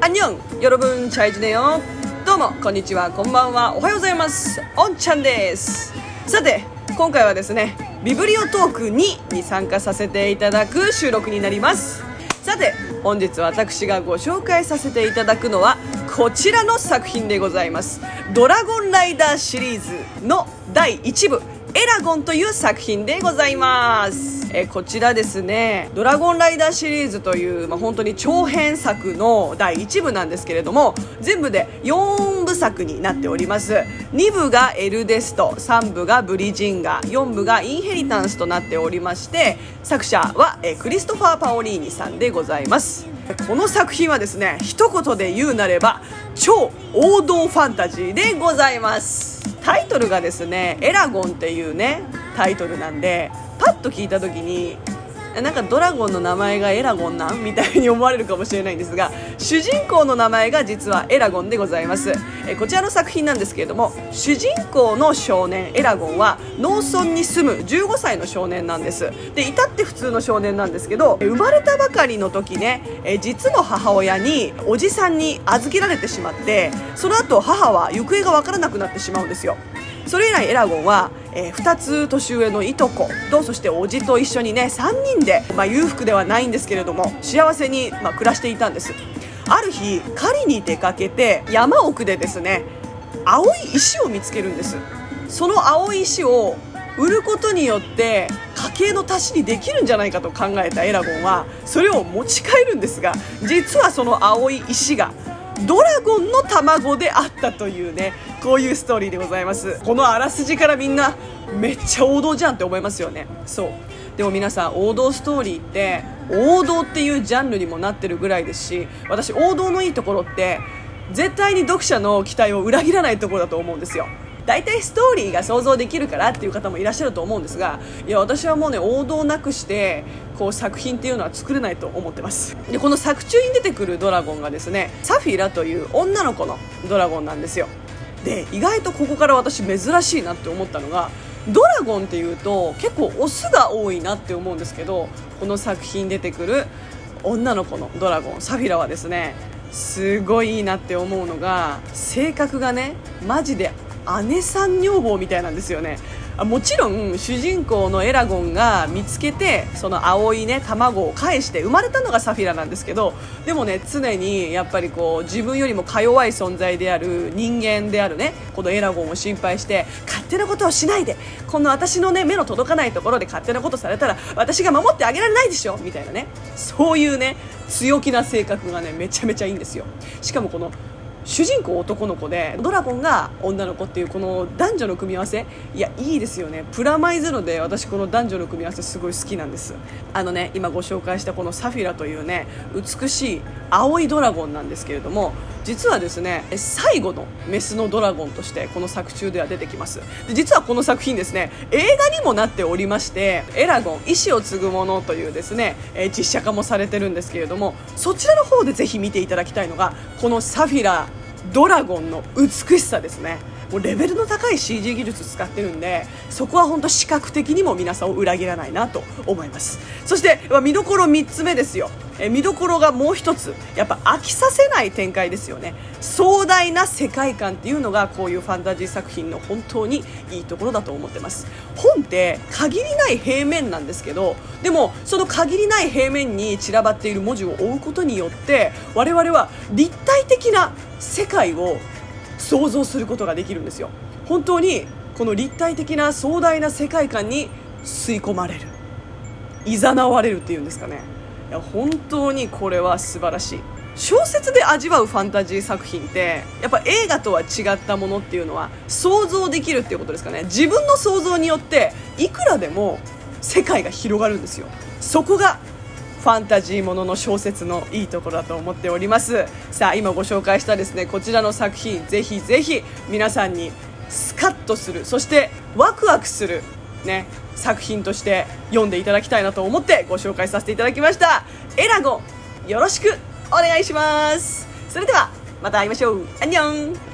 アンニョン、여러분 잘 지내요。どうもこんにちは、こんばんは、おはようございます。おんちゃんです。さて今回はですね、ビブリオトーク2に参加させていただく収録になります。さて本日私がご紹介させていただくのはこちらの作品でございます。ドラゴンライダーシリーズの第1部エラゴンという作品でございます。こちらですね、ドラゴンライダーシリーズという、本当に長編作の第1部なんですけれども、全部で4部作になっております。2部がエルデスト、3部がブリジンガ、4部がインヘリタンスとなっておりまして、作者はクリストファー・パオリーニさんでございます。この作品はですね、一言で言うなれば超王道ファンタジーでございます。タイトルがですね、エラゴンっていうねタイトルなんで、パッと聞いた時になんかドラゴンの名前がエラゴンなんみたいに思われるかもしれないんですが、主人公の名前が実はエラゴンでございます。こちらの作品なんですけれども、主人公の少年エラゴンは農村に住む15歳の少年なんです。で、至って普通の少年なんですけど、生まれたばかりの時ね、実の母親におじさんに預けられてしまって、その後母は行方が分からなくなってしまうんですよ。それ以来エラゴンは、2つ年上のいとことそしておじと一緒にね3人で、裕福ではないんですけれども幸せに、暮らしていたんです。ある日狩りに出かけて山奥でですね、青い石を見つけるんです。その青い石を売ることによって家計の足しにできるんじゃないかと考えたエラゴンはそれを持ち帰るんですが、実はその青い石がドラゴンの卵であったというね、こういうストーリーでございます。このあらすじからみんなめっちゃ王道じゃんって思いますよね。そうでも皆さん、王道ストーリーって王道っていうジャンルにもなってるぐらいですし、私王道のいいところって絶対に読者の期待を裏切らないところだと思うんですよ。大体ストーリーが想像できるからっていう方もいらっしゃると思うんですが、いや私はもうね、王道なくしてこう作品っていうのは作れないと思ってます。で、この作中に出てくるドラゴンがですね、サフィラという女の子のドラゴンなんですよ。で、意外とここから私珍しいなって思ったのが、ドラゴンっていうと結構オスが多いなって思うんですけど、この作品に出てくる女の子のドラゴンサフィラはですね、すごいいいなって思うのが、性格がねマジで姉さん女房みたいなんですよね。もちろん主人公のエラゴンが見つけてその青いね卵を返して生まれたのがサフィラなんですけど、でもね常にやっぱりこう自分よりもか弱い存在である人間であるねこのエラゴンを心配して、勝手なことをしないで、この私のね目の届かないところで勝手なことされたら私が守ってあげられないでしょみたいなね、そういうね強気な性格がねめちゃめちゃいいんですよ。しかもこの主人公男の子でドラゴンが女の子っていうこの男女の組み合わせ、いやいいですよね。プラマイゼロで私この男女の組み合わせすごい好きなんです。今ご紹介したこのサフィラというね美しい青いドラゴンなんですけれども、実はですね最後のメスのドラゴンとしてこの作中では出てきます。で、実はこの作品ですね映画にもなっておりまして、エラゴン意志を継ぐものというですね実写化もされてるんですけれども、そちらの方でぜひ見ていただきたいのがこのサフィラドラゴンの美しさですね。もうレベルの高い CG 技術使ってるんで、そこは本当視覚的にも皆さんを裏切らないなと思います。そして見どころ3つ目ですよ。見どころがもう一つ、やっぱ飽きさせない展開ですよね。壮大な世界観っていうのがこういうファンタジー作品の本当にいいところだと思ってます。本って限りない平面なんですけど、でもその限りない平面に散らばっている文字を追うことによって我々は立体的な世界を想像することができるんですよ。本当にこの立体的な壮大な世界観に吸い込まれる、誘われるっていうんですかね。いや本当にこれは素晴らしい。小説で味わうファンタジー作品ってやっぱ映画とは違ったものっていうのは想像できるっていうことですかね。自分の想像によっていくらでも世界が広がるんですよ。そこがファンタジーものの小説のいいところだと思っております。さあ今ご紹介したですねこちらの作品、ぜひぜひ皆さんにスカッとする、そしてワクワクするね作品として読んでいただきたいなと思ってご紹介させていただきました。エラゴンよろしくお願いします。それではまた会いましょう。アンニョン。